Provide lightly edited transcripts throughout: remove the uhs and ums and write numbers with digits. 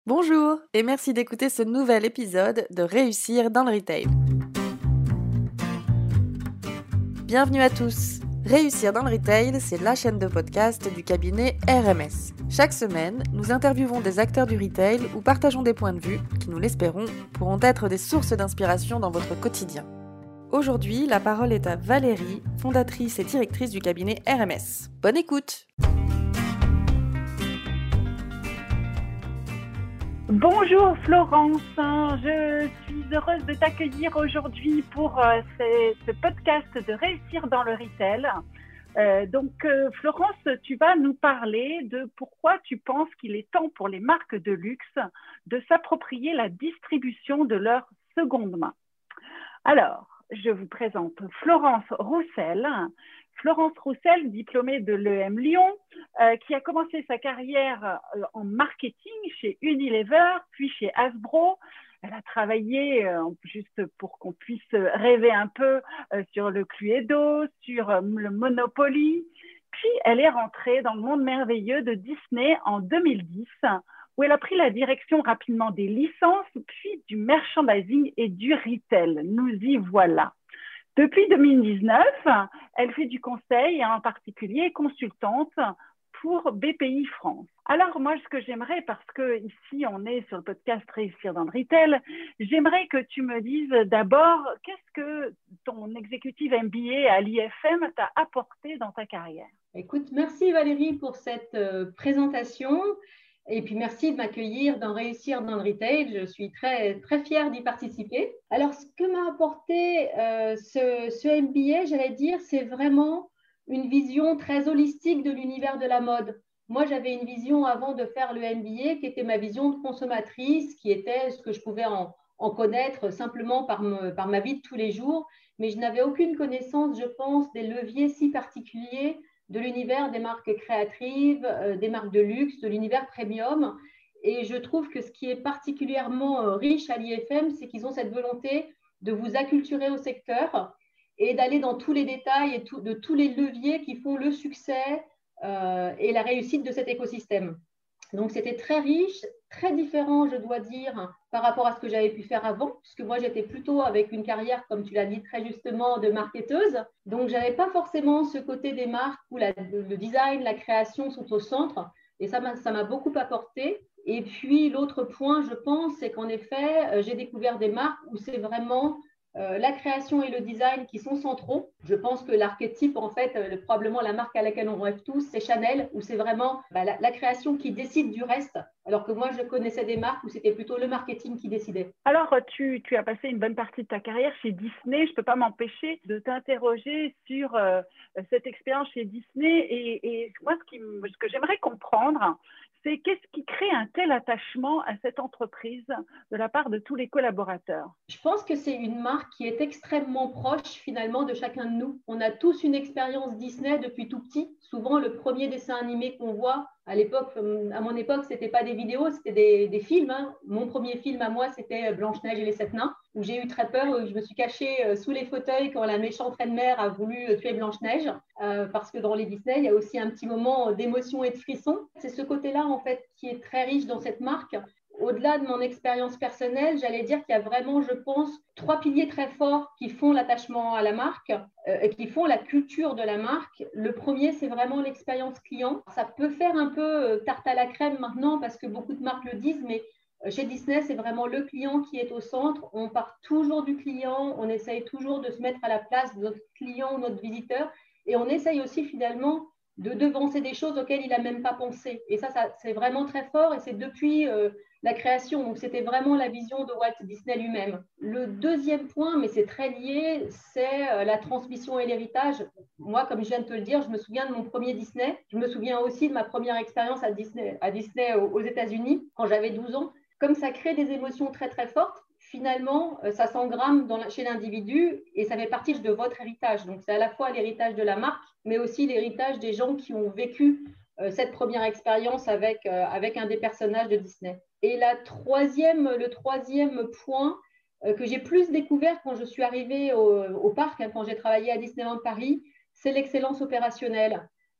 Bonjour et merci d'écouter ce nouvel épisode de Réussir dans le Retail. Bienvenue à tous. Réussir dans le Retail, c'est la chaîne de podcast du cabinet RMS. Chaque semaine, nous interviewons des acteurs du retail ou partageons des points de vue qui, nous l'espérons, pourront être des sources d'inspiration dans votre quotidien. Aujourd'hui, la parole est à Valérie, fondatrice et directrice du cabinet RMS. Bonne écoute! Bonjour Florence, je suis heureuse de t'accueillir aujourd'hui pour ce podcast de Réussir dans le Retail. Florence, tu vas nous parler de pourquoi tu penses qu'il est temps pour les marques de luxe de s'approprier la distribution de leur seconde main. Alors, je vous présente Florence Roussel. Florence Roussel, diplômée de l'EM Lyon, qui a commencé sa carrière en marketing chez Unilever, puis chez Hasbro. Elle a travaillé, juste pour qu'on puisse rêver un peu, sur le Cluedo, sur le Monopoly. Puis, elle est rentrée dans le monde merveilleux de Disney en 2010, où elle a pris la direction rapidement des licences, puis du merchandising et du retail. Nous y voilà. Depuis 2019, elle fait du conseil, et en particulier consultante pour BPI France. Alors moi, ce que j'aimerais, parce que ici on est sur le podcast Réussir dans le Retail, j'aimerais que tu me dises d'abord qu'est-ce que ton exécutive MBA à l'IFM t'a apporté dans ta carrière. Écoute, merci Valérie pour cette présentation. Et puis, merci de m'accueillir dans Réussir dans le Retail. Je suis très, très fière d'y participer. Alors, ce que m'a apporté ce MBA, j'allais dire, c'est vraiment une vision très holistique de l'univers de la mode. Moi, j'avais une vision avant de faire le MBA qui était ma vision de consommatrice, qui était ce que je pouvais en connaître simplement par ma vie de tous les jours. Mais je n'avais aucune connaissance, je pense, des leviers si particuliers de l'univers des marques créatives, des marques de luxe, de l'univers premium. Et je trouve que ce qui est particulièrement riche à l'IFM, c'est qu'ils ont cette volonté de vous acculturer au secteur et d'aller dans tous les détails et de tous les leviers qui font le succès et la réussite de cet écosystème. Donc, c'était très riche, très différent, je dois dire, par rapport à ce que j'avais pu faire avant, puisque moi, j'étais plutôt avec une carrière, comme tu l'as dit très justement, de marketeuse. Donc, je n'avais pas forcément ce côté des marques où le design, la création sont au centre. Et ça m'a beaucoup apporté. Et puis, l'autre point, je pense, c'est qu'en effet, j'ai découvert des marques où c'est vraiment la création et le design qui sont centraux. Je pense que l'archétype, en fait, probablement la marque à laquelle on rêve tous, c'est Chanel, où c'est vraiment la création qui décide du reste, alors que moi, je connaissais des marques où c'était plutôt le marketing qui décidait. Alors, tu as passé une bonne partie de ta carrière chez Disney. Je ne peux pas m'empêcher de t'interroger sur cette expérience chez Disney. Et moi, ce que j'aimerais comprendre, c'est qu'est-ce qui crée un tel attachement à cette entreprise de la part de tous les collaborateurs? Je pense que c'est une marque qui est extrêmement proche finalement de chacun de nous. On a tous une expérience Disney depuis tout petit. Souvent, le premier dessin animé qu'on voit à l'époque, à mon époque, ce n'était pas des vidéos, c'était des films. Hein. Mon premier film à moi, c'était Blanche-Neige et les 7 nains, où j'ai eu très peur, où je me suis cachée sous les fauteuils quand la méchante reine-mère a voulu tuer Blanche-Neige, parce que dans les Disney, il y a aussi un petit moment d'émotion et de frisson. C'est ce côté-là, en fait, qui est très riche dans cette marque. Au-delà de mon expérience personnelle, j'allais dire qu'il y a vraiment, je pense, 3 piliers très forts qui font l'attachement à la marque et qui font la culture de la marque. Le premier, c'est vraiment l'expérience client. Ça peut faire un peu tarte à la crème maintenant parce que beaucoup de marques le disent, mais chez Disney, c'est vraiment le client qui est au centre. On part toujours du client, on essaye toujours de se mettre à la place de notre client ou notre visiteur et on essaye aussi finalement de devancer des choses auxquelles il n'a même pas pensé. Et ça c'est vraiment très fort et c'est depuis la création. Donc, c'était vraiment la vision de Walt Disney lui-même. Le deuxième point, mais c'est très lié, c'est la transmission et l'héritage. Moi, comme je viens de te le dire, je me souviens de mon premier Disney. Je me souviens aussi de ma première expérience à Disney aux États-Unis, quand j'avais 12 ans. Comme ça crée des émotions très, très fortes, finalement, ça s'engramme chez l'individu et ça fait partie de votre héritage. Donc, c'est à la fois l'héritage de la marque, mais aussi l'héritage des gens qui ont vécu cette première expérience avec un des personnages de Disney. Et le troisième point que j'ai plus découvert quand je suis arrivée au parc, hein, quand j'ai travaillé à Disneyland Paris, c'est l'excellence opérationnelle.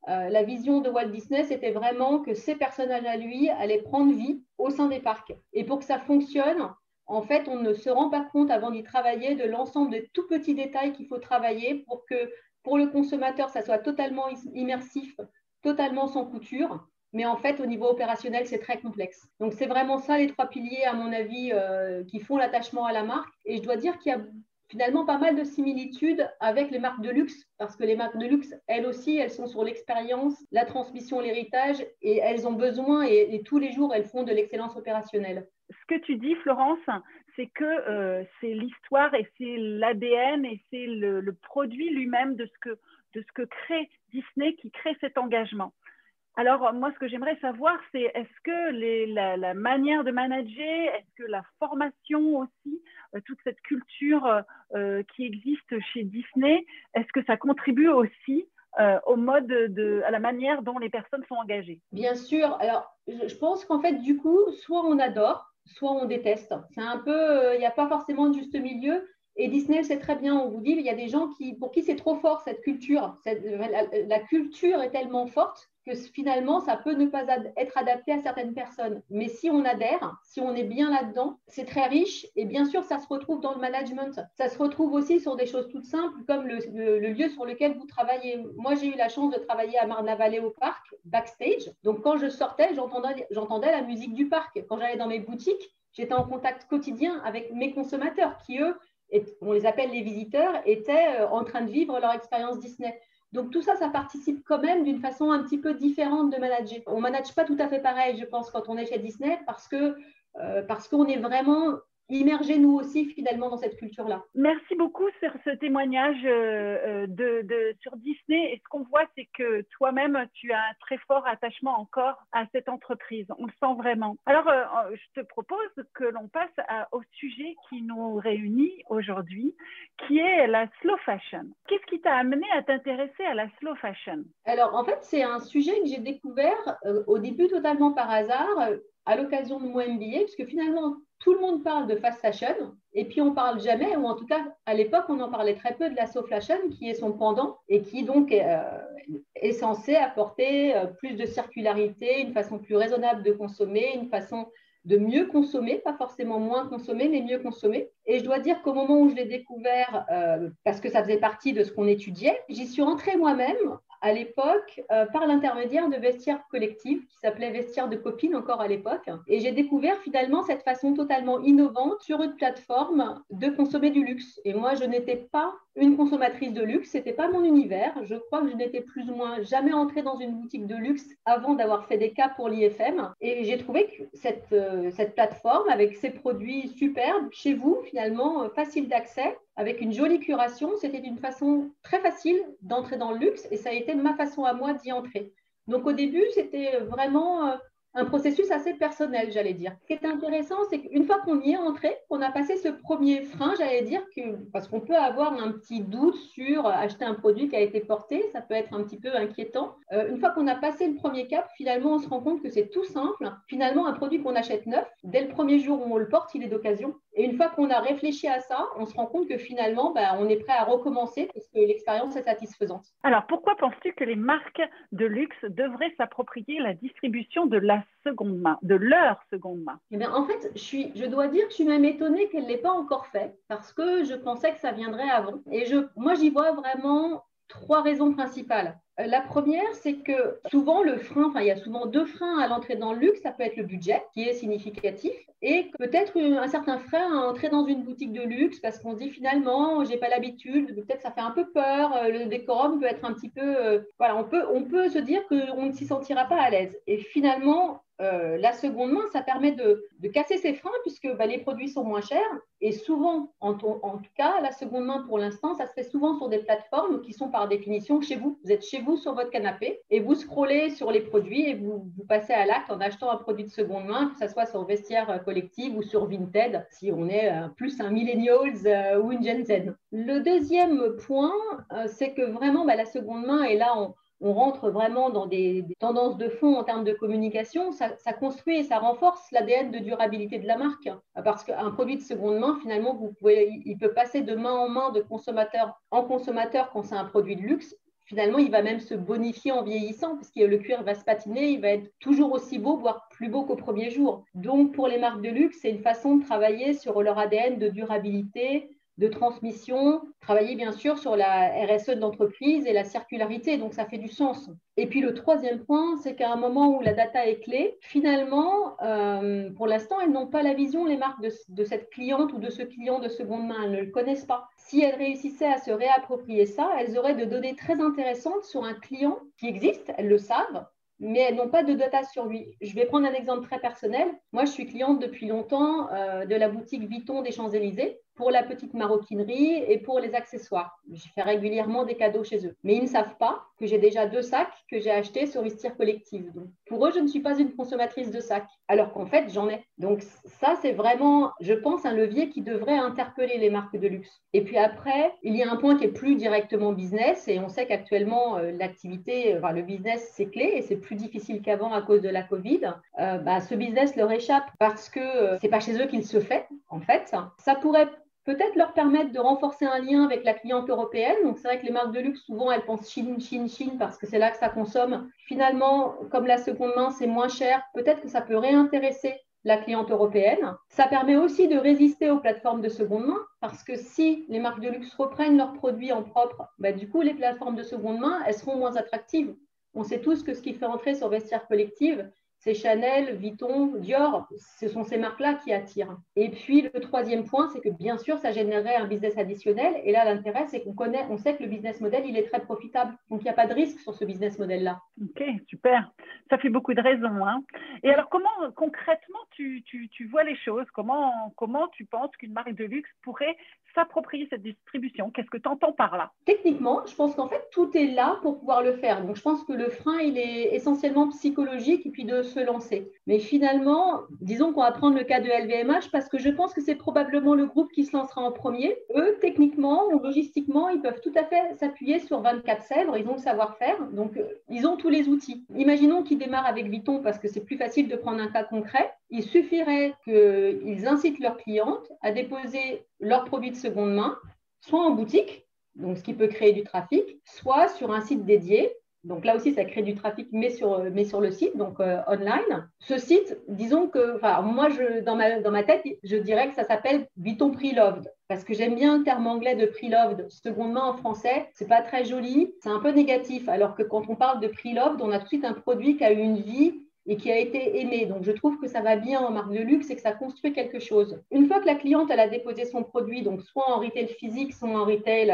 La vision de Walt Disney, c'était vraiment que ces personnages à lui allaient prendre vie au sein des parcs. Et pour que ça fonctionne, en fait, on ne se rend pas compte avant d'y travailler de l'ensemble des tout petits détails qu'il faut travailler pour que pour le consommateur, ça soit totalement immersif, totalement sans couture. Mais en fait, au niveau opérationnel, c'est très complexe. Donc, c'est vraiment ça les 3 piliers, à mon avis, qui font l'attachement à la marque. Et je dois dire qu'il y a finalement pas mal de similitudes avec les marques de luxe, parce que les marques de luxe, elles aussi, elles sont sur l'expérience, la transmission, l'héritage, et elles ont besoin, et tous les jours, elles font de l'excellence opérationnelle. Ce que tu dis, Florence, c'est que c'est l'histoire et c'est l'ADN et c'est le produit lui-même de ce que crée Disney qui crée cet engagement. Alors, moi, ce que j'aimerais savoir, c'est est-ce que la manière de manager, est-ce que la formation aussi, toute cette culture qui existe chez Disney, est-ce que ça contribue aussi au mode à la manière dont les personnes sont engagées? Bien sûr. Alors, je pense qu'en fait, du coup, soit on adore, soit on déteste. C'est un peu, il n'y a pas forcément de juste milieu. Et Disney, c'est très bien, on vous dit, il y a des gens pour qui c'est trop fort cette culture. La culture est tellement forte que finalement, ça peut ne pas être adapté à certaines personnes. Mais si on adhère, si on est bien là-dedans, c'est très riche. Et bien sûr, ça se retrouve dans le management. Ça se retrouve aussi sur des choses toutes simples, comme le lieu sur lequel vous travaillez. Moi, j'ai eu la chance de travailler à Marne-la-Vallée au parc, backstage. Donc, quand je sortais, j'entendais la musique du parc. Quand j'allais dans mes boutiques, j'étais en contact quotidien avec mes consommateurs qui, eux, on les appelle les visiteurs, étaient en train de vivre leur expérience Disney. Donc tout ça, ça participe quand même d'une façon un petit peu différente de manager. On ne manage pas tout à fait pareil, je pense, quand on est chez Disney, parce qu'on est vraiment immergés, nous aussi, finalement, dans cette culture-là. Merci beaucoup sur ce témoignage sur Disney. Et ce qu'on voit, c'est que toi-même, tu as un très fort attachement encore à cette entreprise. On le sent vraiment. Alors, je te propose que l'on passe au sujet qui nous réunit aujourd'hui, qui est la slow fashion. Qu'est-ce qui t'a amené à t'intéresser à la slow fashion? Alors, en fait, c'est un sujet que j'ai découvert au début totalement par hasard, à l'occasion de mon MBA, parce que finalement, tout le monde parle de fast fashion, et puis on parle jamais, ou en tout cas, à l'époque, on en parlait très peu de la slow fashion, qui est son pendant, et qui donc est censé apporter plus de circularité, une façon plus raisonnable de consommer, une façon de mieux consommer, pas forcément moins consommer, mais mieux consommer. Et je dois dire qu'au moment où je l'ai découvert, parce que ça faisait partie de ce qu'on étudiait, j'y suis rentrée moi-même à l'époque par l'intermédiaire de Vestiaire Collective, qui s'appelait Vestiaire de Copines encore à l'époque. Et j'ai découvert finalement cette façon totalement innovante sur une plateforme de consommer du luxe. Et moi, je n'étais pas une consommatrice de luxe, ce n'était pas mon univers. Je crois que je n'étais plus ou moins jamais entrée dans une boutique de luxe avant d'avoir fait des cas pour l'IFM. Et j'ai trouvé que cette plateforme, avec ses produits superbes, chez vous, finalement, facile d'accès, avec une jolie curation, c'était une façon très facile d'entrer dans le luxe et ça a été ma façon à moi d'y entrer. Donc au début, c'était vraiment un processus assez personnel, j'allais dire. Ce qui est intéressant, c'est qu'une fois qu'on y est entré, qu'on a passé ce premier frein, j'allais dire, parce qu'on peut avoir un petit doute sur acheter un produit qui a été porté, ça peut être un petit peu inquiétant. Une fois qu'on a passé le premier cap, finalement, on se rend compte que c'est tout simple. Finalement, un produit qu'on achète neuf, dès le premier jour où on le porte, il est d'occasion. Et une fois qu'on a réfléchi à ça, on se rend compte que finalement, on est prêt à recommencer parce que l'expérience est satisfaisante. Alors, pourquoi penses-tu que les marques de luxe devraient s'approprier la distribution de la seconde main, de leur seconde main? Eh bien, en fait, je dois dire que je suis même étonnée qu'elle ne l'ait pas encore fait parce que je pensais que ça viendrait avant. Et moi, j'y vois vraiment 3 raisons principales. La première, c'est que souvent il y a souvent 2 freins à l'entrée dans le luxe. Ça peut être le budget, qui est significatif, et peut-être un certain frein à entrer dans une boutique de luxe parce qu'on se dit finalement, j'ai pas l'habitude, peut-être ça fait un peu peur, le décorum peut être un petit peu… voilà, on peut se dire qu'on ne s'y sentira pas à l'aise. Et finalement, la seconde main, ça permet de casser ces freins puisque les produits sont moins chers. Et souvent, en tout cas, la seconde main, pour l'instant, ça se fait souvent sur des plateformes qui sont par définition chez vous. Vous êtes chez vous sur votre canapé et vous scrollez sur les produits et vous passez à l'acte en achetant un produit de seconde main, que ce soit sur Vestiaire Collective ou sur Vinted, si on est plus un millennials ou une Gen Z. Le deuxième point, c'est que vraiment, la seconde main, et là, on rentre vraiment dans des tendances de fond en termes de communication, ça construit et ça renforce l'ADN de durabilité de la marque. Parce qu'un produit de seconde main, finalement, il peut passer de main en main, de consommateur en consommateur quand c'est un produit de luxe. finalement, il va même se bonifier en vieillissant, puisque le cuir va se patiner, il va être toujours aussi beau, voire plus beau qu'au premier jour. Donc, pour les marques de luxe, c'est une façon de travailler sur leur ADN de durabilité, de transmission, travailler bien sûr sur la RSE de l'entreprise et la circularité, donc ça fait du sens. Et puis le troisième point, c'est qu'à un moment où la data est clé, finalement, pour l'instant, elles n'ont pas la vision, les marques de cette cliente ou de ce client de seconde main, elles ne le connaissent pas. Si elles réussissaient à se réapproprier ça, elles auraient de données très intéressantes sur un client qui existe, elles le savent, mais elles n'ont pas de data sur lui. Je vais prendre un exemple très personnel. Moi, je suis cliente depuis longtemps de la boutique Vuitton des Champs-Élysées pour la petite maroquinerie et pour les accessoires. Je fais régulièrement des cadeaux chez eux. Mais ils ne savent pas que j'ai déjà 2 sacs que j'ai achetés sur Vestiaire Collective. Donc, pour eux, je ne suis pas une consommatrice de sacs, alors qu'en fait, j'en ai. Donc, ça, c'est vraiment, je pense, un levier qui devrait interpeller les marques de luxe. Et puis après, il y a un point qui est plus directement business, et on sait qu'actuellement, l'activité, le business, c'est clé, et c'est plus difficile qu'avant à cause de la Covid. Ce business leur échappe parce que c'est pas chez eux qu'il se fait, en fait. Ça pourrait peut-être leur permettre de renforcer un lien avec la cliente européenne. Donc, c'est vrai que les marques de luxe, souvent, elles pensent Chine, Chine, Chine, parce que c'est là que ça consomme. Finalement, comme la seconde main, c'est moins cher, peut-être que ça peut réintéresser la cliente européenne. Ça permet aussi de résister aux plateformes de seconde main, parce que si les marques de luxe reprennent leurs produits en propre, du coup, les plateformes de seconde main, elles seront moins attractives. On sait tous que ce qui fait entrer sur Vestiaire Collective, c'est Chanel, Vuitton, Dior, ce sont ces marques-là qui attirent. Et puis, le troisième point, c'est que bien sûr, ça générerait un business additionnel. Et là, l'intérêt, c'est on sait que le business model, il est très profitable. Donc, il n'y a pas de risque sur ce business model-là. Ok, super. Ça fait beaucoup de raisons. Hein. Et alors, comment concrètement tu vois les choses? Comment tu penses qu'une marque de luxe pourrait s'approprier cette distribution? Qu'est-ce que tu entends par là? Techniquement, je pense qu'en fait, tout est là pour pouvoir le faire. Donc, je pense que le frein, il est essentiellement psychologique et puis de se lancer. Mais finalement, disons qu'on va prendre le cas de LVMH parce que je pense que c'est probablement le groupe qui se lancera en premier. Eux, techniquement ou logistiquement, ils peuvent tout à fait s'appuyer sur 24 Sèvres. Ils ont le savoir-faire. Donc, ils ont tous les outils. Imaginons qu'ils démarrent avec Vuitton parce que c'est plus facile de prendre un cas concret. Il suffirait qu'ils incitent leurs clientes à déposer leurs produits de seconde main, soit en boutique, donc ce qui peut créer du trafic, soit sur un site dédié. Donc là aussi, ça crée du trafic, mais sur le site, donc online. Ce site, disons que, moi, dans ma tête, je dirais que ça s'appelle Vuitton Preloved, parce que j'aime bien le terme anglais de Preloved. Seconde main en français, c'est pas très joli, c'est un peu négatif, alors que quand on parle de Preloved, on a tout de suite un produit qui a eu une vie et qui a été aimé. Donc, je trouve que ça va bien en marque de luxe et que ça construit quelque chose. Une fois que la cliente elle a déposé son produit, donc soit en retail physique, soit en retail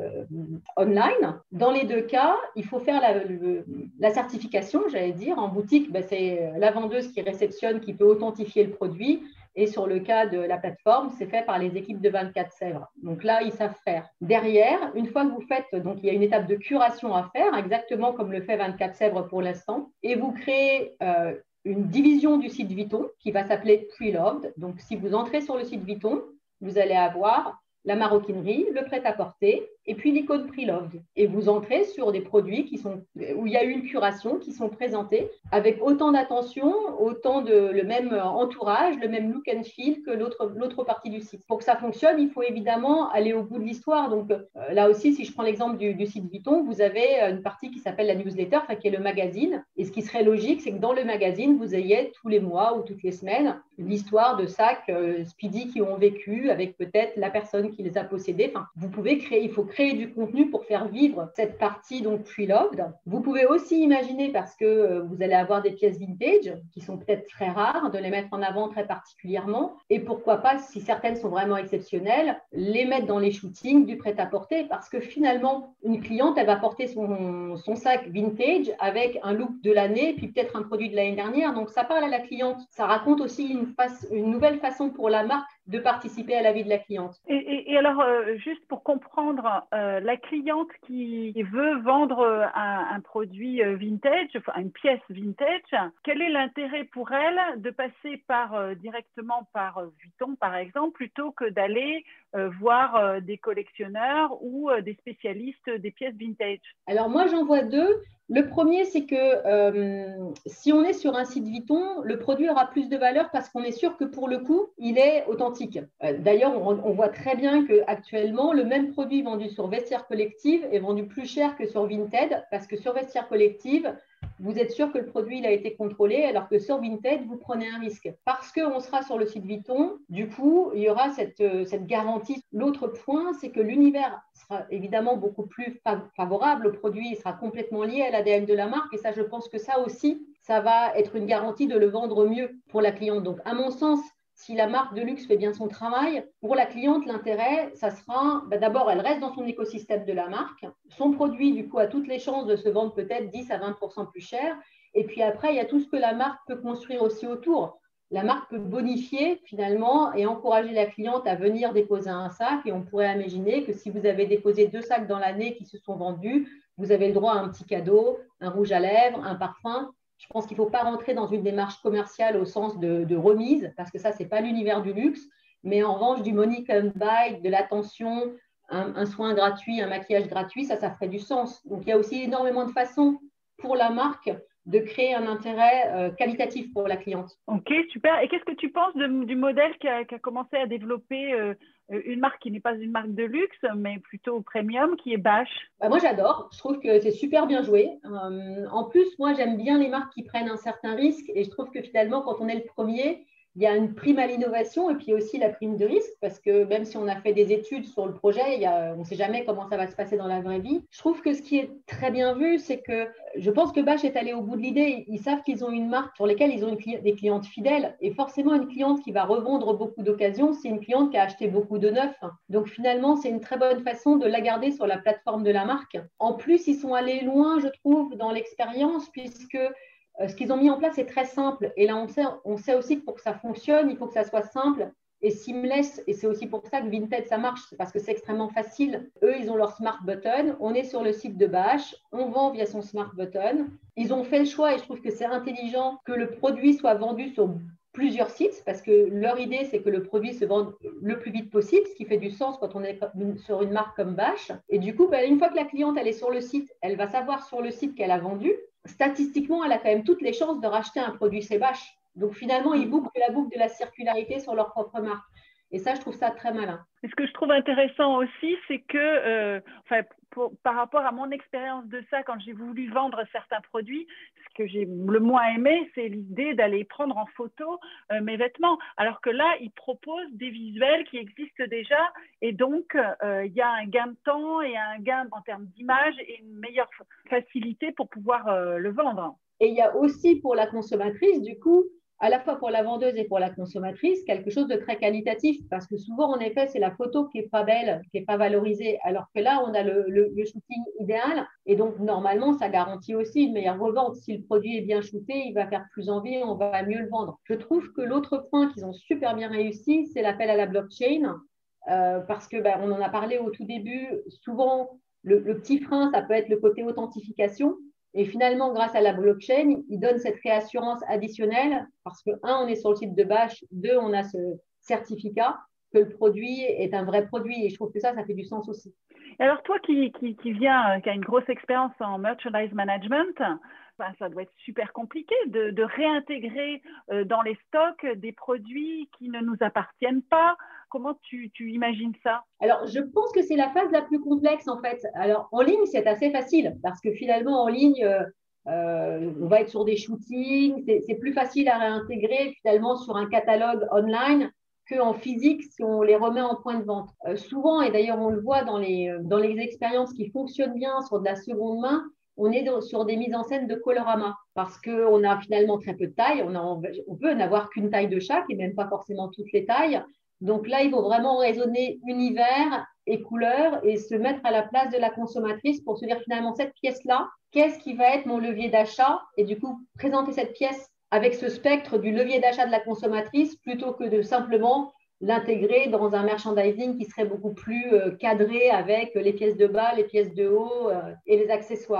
online, dans les 2 cas, il faut faire la certification, j'allais dire. En boutique, c'est la vendeuse qui réceptionne, qui peut authentifier le produit. Et sur le cas de la plateforme, c'est fait par les équipes de 24 Sèvres. Donc là, ils savent faire. Derrière, une fois que vous faites, donc il y a une étape de curation à faire, exactement comme le fait 24 Sèvres pour l'instant, et vous créez une division du site Vuitton qui va s'appeler Preloved. Donc, si vous entrez sur le site Vuitton, vous allez avoir la maroquinerie, le prêt-à-porter, et puis l'icône Preloved. Et vous entrez sur des produits où il y a eu une curation, qui sont présentés avec autant d'attention, autant le même entourage, le même look and feel que l'autre partie du site. Pour que ça fonctionne, il faut évidemment aller au bout de l'histoire. Donc là aussi, si je prends l'exemple du site Vuitton, vous avez une partie qui s'appelle la newsletter, qui est le magazine. Et ce qui serait logique, c'est que dans le magazine, vous ayez tous les mois ou toutes les semaines l'histoire de sacs Speedy qui ont vécu avec peut-être la personne qui les a possédés. Vous pouvez il faut créer du contenu pour faire vivre cette partie donc Preloved. Vous pouvez aussi imaginer, parce que vous allez avoir des pièces vintage qui sont peut-être très rares, de les mettre en avant très particulièrement. Et pourquoi pas, si certaines sont vraiment exceptionnelles, les mettre dans les shootings du prêt-à-porter, parce que finalement, une cliente, elle va porter son sac vintage avec un look de l'année, puis peut-être un produit de l'année dernière. Donc, ça parle à la cliente. Ça raconte aussi une nouvelle façon pour la marque de participer à la vie de la cliente. Et alors, juste pour comprendre, la cliente qui veut vendre un produit vintage, une pièce vintage, quel est l'intérêt pour elle de passer directement par Vuitton, par exemple, plutôt que d'aller voir des collectionneurs ou des spécialistes des pièces vintage? Alors moi, j'en vois 2. Le premier, c'est que si on est sur un site Vuitton, le produit aura plus de valeur parce qu'on est sûr que pour le coup, il est authentique. identiques. D'ailleurs, on voit très bien qu'actuellement, le même produit vendu sur Vestiaire Collective est vendu plus cher que sur Vinted, parce que sur Vestiaire Collective, vous êtes sûr que le produit il a été contrôlé, alors que sur Vinted, vous prenez un risque. Parce qu'on sera sur le site Vuitton, du coup, il y aura cette garantie. L'autre point, c'est que l'univers sera évidemment beaucoup plus favorable au produit, il sera complètement lié à l'ADN de la marque, et ça, je pense que ça aussi, ça va être une garantie de le vendre mieux pour la cliente. Donc, à mon sens, si la marque de luxe fait bien son travail, pour la cliente, l'intérêt, ça sera, d'abord, elle reste dans son écosystème de la marque. Son produit, du coup, a toutes les chances de se vendre peut-être 10 à 20% plus cher. Et puis après, il y a tout ce que la marque peut construire aussi autour. La marque peut bonifier finalement et encourager la cliente à venir déposer un sac. Et on pourrait imaginer que si vous avez déposé 2 sacs dans l'année qui se sont vendus, vous avez le droit à un petit cadeau, un rouge à lèvres, un parfum. Je pense qu'il ne faut pas rentrer dans une démarche commerciale au sens de remise, parce que ça, ce n'est pas l'univers du luxe, mais en revanche, du money come by, de l'attention, un soin gratuit, un maquillage gratuit, ça ferait du sens. Donc, il y a aussi énormément de façons pour la marque de créer un intérêt qualitatif pour la cliente. Ok, super. Et qu'est-ce que tu penses du modèle qui a commencé à développer une marque qui n'est pas une marque de luxe, mais plutôt premium, qui est Bash? Moi, j'adore. Je trouve que c'est super bien joué. En plus, moi, j'aime bien les marques qui prennent un certain risque, et je trouve que finalement, quand on est le premier, il y a une prime à l'innovation et puis aussi la prime de risque, parce que même si on a fait des études sur le projet, on ne sait jamais comment ça va se passer dans la vraie vie. Je trouve que ce qui est très bien vu, c'est que je pense que Bash est allé au bout de l'idée. Ils savent qu'ils ont une marque sur laquelle ils ont des clientes fidèles, et forcément une cliente qui va revendre beaucoup d'occasions, c'est une cliente qui a acheté beaucoup de neuf. Donc finalement, c'est une très bonne façon de la garder sur la plateforme de la marque. En plus, ils sont allés loin, je trouve, dans l'expérience, puisque ce qu'ils ont mis en place est très simple. Et là, on sait aussi que pour que ça fonctionne, il faut que ça soit simple et seamless. Et c'est aussi pour ça que Vinted, ça marche, parce que c'est extrêmement facile. Eux, ils ont leur smart button. On est sur le site de Bash. On vend via son smart button. Ils ont fait le choix, et je trouve que c'est intelligent, que le produit soit vendu sur plusieurs sites, parce que leur idée, c'est que le produit se vende le plus vite possible, ce qui fait du sens quand on est sur une marque comme Bash. Et du coup, une fois que la cliente elle est sur le site, elle va savoir sur le site qu'elle a vendu. Statistiquement, elle a quand même toutes les chances de racheter un produit chez Bash. Donc finalement, ils bouclent la boucle de la circularité sur leur propre marque. Et ça, je trouve ça très malin. Et ce que je trouve intéressant aussi, c'est que, par rapport à mon expérience de ça, quand j'ai voulu vendre certains produits, ce que j'ai le moins aimé, c'est l'idée d'aller prendre en photo mes vêtements. Alors que là, ils proposent des visuels qui existent déjà, et donc il y a un gain de temps et un gain en termes d'image et une meilleure facilité pour pouvoir le vendre. Et il y a aussi pour la consommatrice, du coup, à la fois pour la vendeuse et pour la consommatrice, quelque chose de très qualitatif, parce que souvent, en effet, c'est la photo qui n'est pas belle, qui n'est pas valorisée, alors que là, on a le shooting idéal, et donc, normalement, ça garantit aussi une meilleure revente. Si le produit est bien shooté, il va faire plus envie, on va mieux le vendre. Je trouve que l'autre point qu'ils ont super bien réussi, c'est l'appel à la blockchain, parce que on en a parlé au tout début, souvent, le petit frein, ça peut être le côté authentification. Et finalement, grâce à la blockchain, il donne cette réassurance additionnelle parce que, un, on est sur le site de Bash, deux, on a ce certificat que le produit est un vrai produit. Et je trouve que ça fait du sens aussi. Et alors, toi qui viens, qui a une grosse expérience en merchandise management, ça doit être super compliqué de réintégrer dans les stocks des produits qui ne nous appartiennent pas. Comment tu imagines ça? Alors, je pense que c'est la phase la plus complexe, en fait. Alors, en ligne, c'est assez facile parce que finalement, en ligne, on va être sur des shootings. C'est plus facile à réintégrer finalement sur un catalogue online qu'en physique si on les remet en point de vente. Souvent, et d'ailleurs, on le voit dans les expériences qui fonctionnent bien sur de la seconde main, on est sur des mises en scène de colorama parce qu'on a finalement très peu de taille. On peut n'avoir qu'une taille de chaque et même pas forcément toutes les tailles. Donc là, il faut vraiment raisonner univers et couleurs et se mettre à la place de la consommatrice pour se dire finalement cette pièce-là, qu'est-ce qui va être mon levier d'achat? Et du coup, présenter cette pièce avec ce spectre du levier d'achat de la consommatrice plutôt que de simplement l'intégrer dans un merchandising qui serait beaucoup plus cadré avec les pièces de bas, les pièces de haut et les accessoires.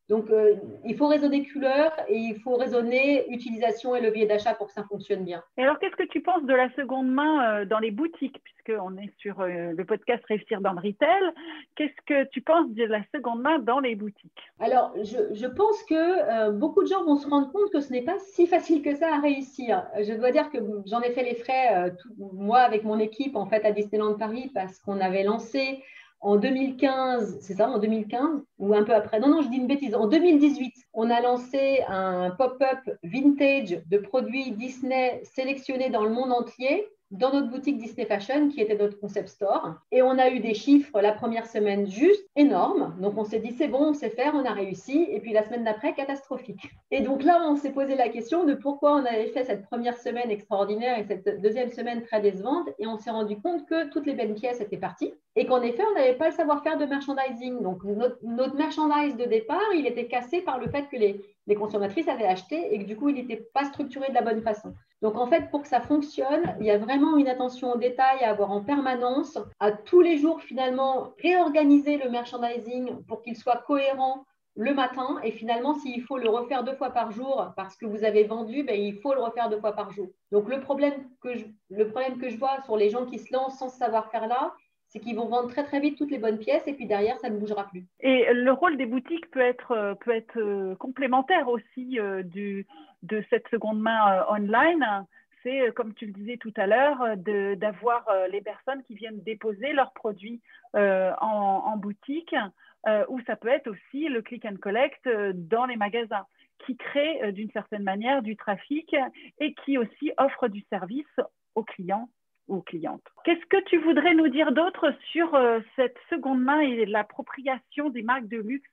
Donc, il faut raisonner couleur et il faut raisonner utilisation et levier d'achat pour que ça fonctionne bien. Et alors, qu'est-ce que tu penses de la seconde main dans les boutiques, puisqu'on est sur le podcast Réussir dans le retail? Qu'est-ce que tu penses de la seconde main dans les boutiques? Alors, je pense que beaucoup de gens vont se rendre compte que ce n'est pas si facile que ça à réussir. Je dois dire que j'en ai fait les frais, moi, avec mon équipe, en fait, à Disneyland Paris, parce qu'on avait lancé en 2015, c'est ça, en 2015 ou un peu après? Non, je dis une bêtise. En 2018, on a lancé un pop-up vintage de produits Disney sélectionnés dans le monde entier dans notre boutique Disney Fashion, qui était notre concept store. Et on a eu des chiffres la première semaine juste énormes. Donc, on s'est dit, c'est bon, on sait faire, on a réussi. Et puis, la semaine d'après, catastrophique. Et donc là, on s'est posé la question de pourquoi on avait fait cette première semaine extraordinaire et cette deuxième semaine très décevante. Et on s'est rendu compte que toutes les belles pièces étaient parties et qu'en effet, on n'avait pas le savoir-faire de merchandising. Donc, notre merchandise de départ, il était cassé par le fait que les consommatrices avaient acheté et que du coup, il n'était pas structuré de la bonne façon. Donc, en fait, pour que ça fonctionne, il y a vraiment une attention au détail à avoir en permanence, à tous les jours, finalement, réorganiser le merchandising pour qu'il soit cohérent le matin. Et finalement, s'il faut le refaire 2 fois par jour parce que vous avez vendu, ben, il faut le refaire 2 fois par jour. Donc, le problème que je vois sur les gens qui se lancent sans ce savoir-faire là, c'est qu'ils vont vendre très, très vite toutes les bonnes pièces et puis derrière, ça ne bougera plus. Et le rôle des boutiques peut être complémentaire aussi de cette seconde main online. C'est, comme tu le disais tout à l'heure, d'avoir les personnes qui viennent déposer leurs produits en boutique, ou ça peut être aussi le click and collect dans les magasins, qui crée d'une certaine manière du trafic et qui aussi offre du service aux clients ou aux clientes. Qu'est-ce que tu voudrais nous dire d'autre sur cette seconde main et l'appropriation des marques de luxe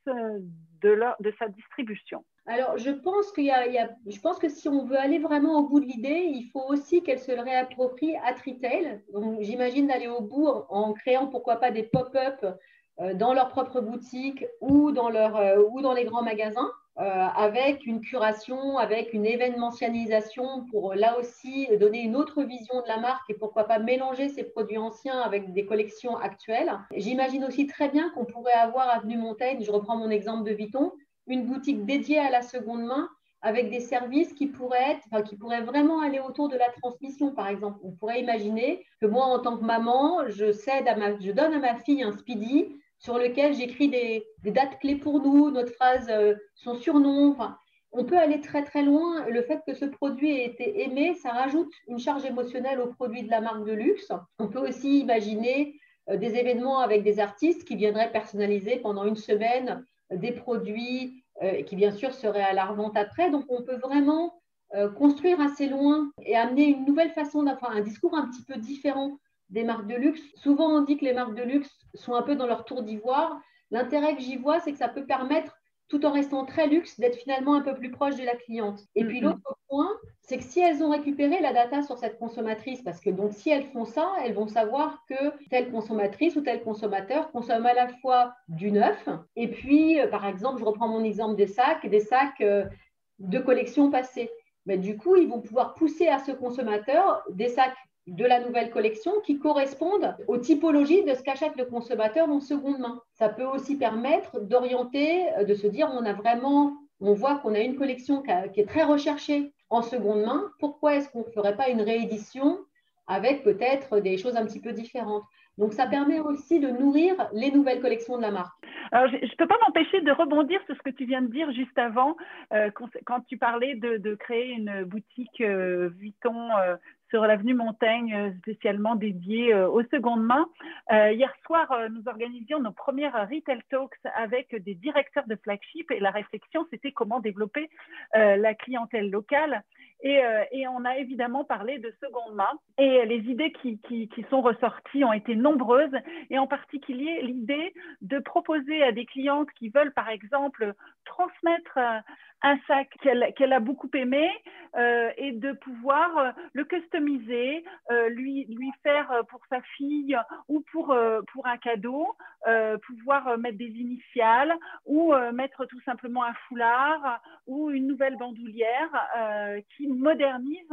de sa distribution? Alors, je pense que si on veut aller vraiment au bout de l'idée, il faut aussi qu'elle se le réapproprie at retail. Donc, j'imagine d'aller au bout en créant, pourquoi pas, des pop-up dans leur propre boutique ou dans les grands magasins, avec une curation, avec une événementialisation pour là aussi donner une autre vision de la marque et pourquoi pas mélanger ces produits anciens avec des collections actuelles. J'imagine aussi très bien qu'on pourrait avoir avenue Montaigne, je reprends mon exemple de Vuitton, une boutique dédiée à la seconde main avec des services qui pourraient vraiment aller autour de la transmission, par exemple. On pourrait imaginer que moi, en tant que maman, je donne à ma fille un Speedy sur lequel j'écris des dates clés pour nous, notre phrase, son surnom. Enfin, on peut aller très, très loin. Le fait que ce produit ait été aimé, ça rajoute une charge émotionnelle au produit de la marque de luxe. On peut aussi imaginer des événements avec des artistes qui viendraient personnaliser pendant une semaine des produits qui, bien sûr, seraient à la revente après. Donc, on peut vraiment construire assez loin et amener une nouvelle façon, un discours un petit peu différent des marques de luxe. Souvent, on dit que les marques de luxe sont un peu dans leur tour d'ivoire. L'intérêt que j'y vois, c'est que ça peut permettre, tout en restant très luxe, d'être finalement un peu plus proche de la cliente. Et puis l'autre point, c'est que si elles ont récupéré la data sur cette consommatrice, parce que donc si elles font ça, elles vont savoir que telle consommatrice ou tel consommateur consomme à la fois du neuf, et puis par exemple, je reprends mon exemple des sacs de collection passée. Mais du coup, ils vont pouvoir pousser à ce consommateur des sacs de la nouvelle collection qui correspondent aux typologies de ce qu'achète le consommateur en seconde main. Ça peut aussi permettre d'orienter, de se dire on voit qu'on a une collection qui est très recherchée en seconde main. Pourquoi est-ce qu'on ne ferait pas une réédition avec peut-être des choses un petit peu différentes? Donc, ça permet aussi de nourrir les nouvelles collections de la marque. Alors, je ne peux pas m'empêcher de rebondir sur ce que tu viens de dire juste avant, quand tu parlais de créer une boutique Vuitton sur l'avenue Montaigne, spécialement dédiée aux secondes mains. Hier soir, nous organisions nos premières Retail Talks avec des directeurs de flagship et la réflexion, c'était comment développer la clientèle locale. Et on a évidemment parlé de seconde main. Et les idées qui sont ressorties ont été nombreuses, et en particulier l'idée de proposer à des clientes qui veulent, par exemple, transmettre un sac qu'elle a beaucoup aimé et de pouvoir le customiser, lui faire pour sa fille ou pour un cadeau, pouvoir mettre des initiales ou mettre tout simplement un foulard ou une nouvelle bandoulière qui modernise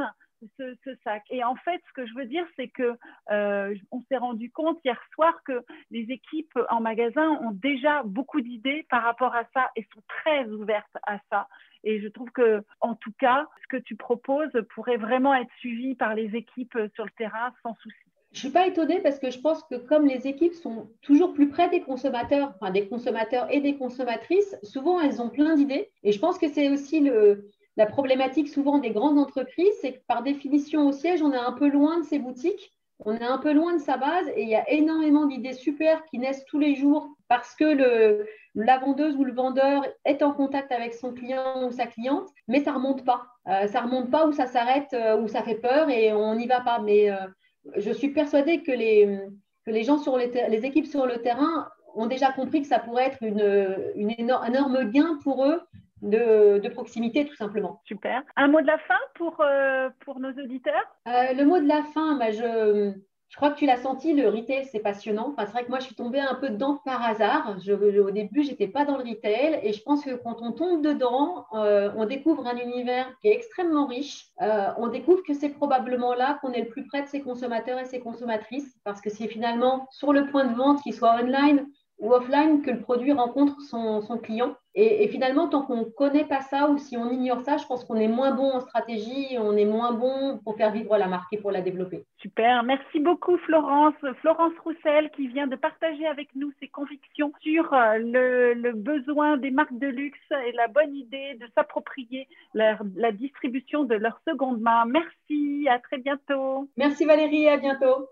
ce sac. Et en fait, ce que je veux dire, c'est que on s'est rendu compte hier soir que les équipes en magasin ont déjà beaucoup d'idées par rapport à ça et sont très ouvertes à ça. Et je trouve que, en tout cas, ce que tu proposes pourrait vraiment être suivi par les équipes sur le terrain sans souci. Je ne suis pas étonnée parce que je pense que comme les équipes sont toujours plus près des consommateurs, enfin des consommateurs et des consommatrices, souvent elles ont plein d'idées. Et je pense que c'est aussi la problématique souvent des grandes entreprises, c'est que par définition au siège, on est un peu loin de ces boutiques, on est un peu loin de sa base et il y a énormément d'idées super qui naissent tous les jours parce que la vendeuse ou le vendeur est en contact avec son client ou sa cliente, mais ça ne remonte pas. Ça ne remonte pas ou ça s'arrête ou ça fait peur et on n'y va pas. Mais je suis persuadée que les gens les équipes sur le terrain ont déjà compris que ça pourrait être un énorme gain pour eux de proximité, tout simplement. Super. Un mot de la fin pour nos auditeurs? Le mot de la fin, je crois que tu l'as senti, le retail, c'est passionnant. Enfin, c'est vrai que moi, je suis tombée un peu dedans par hasard. Au début, je n'étais pas dans le retail et je pense que quand on tombe dedans, on découvre un univers qui est extrêmement riche. On découvre que c'est probablement là qu'on est le plus près de ses consommateurs et ses consommatrices parce que c'est finalement sur le point de vente, qu'il soit online ou offline, que le produit rencontre son client. Et finalement, tant qu'on ne connaît pas ça ou si on ignore ça, je pense qu'on est moins bon en stratégie, on est moins bon pour faire vivre la marque et pour la développer. Super, merci beaucoup Florence. Florence Roussel qui vient de partager avec nous ses convictions sur le besoin des marques de luxe et la bonne idée de s'approprier la distribution de leur seconde main. Merci, à très bientôt. Merci Valérie, à bientôt.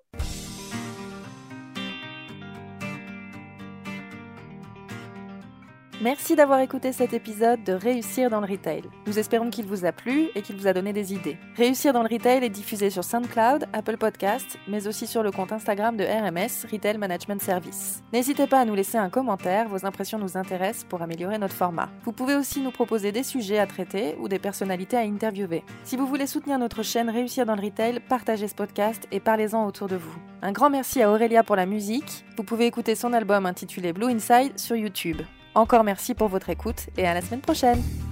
Merci d'avoir écouté cet épisode de Réussir dans le Retail. Nous espérons qu'il vous a plu et qu'il vous a donné des idées. Réussir dans le Retail est diffusé sur SoundCloud, Apple Podcasts, mais aussi sur le compte Instagram de RMS, Retail Management Service. N'hésitez pas à nous laisser un commentaire, vos impressions nous intéressent pour améliorer notre format. Vous pouvez aussi nous proposer des sujets à traiter ou des personnalités à interviewer. Si vous voulez soutenir notre chaîne Réussir dans le Retail, partagez ce podcast et parlez-en autour de vous. Un grand merci à Aurélia pour la musique. Vous pouvez écouter son album intitulé Blue Inside sur YouTube. Encore merci pour votre écoute et à la semaine prochaine.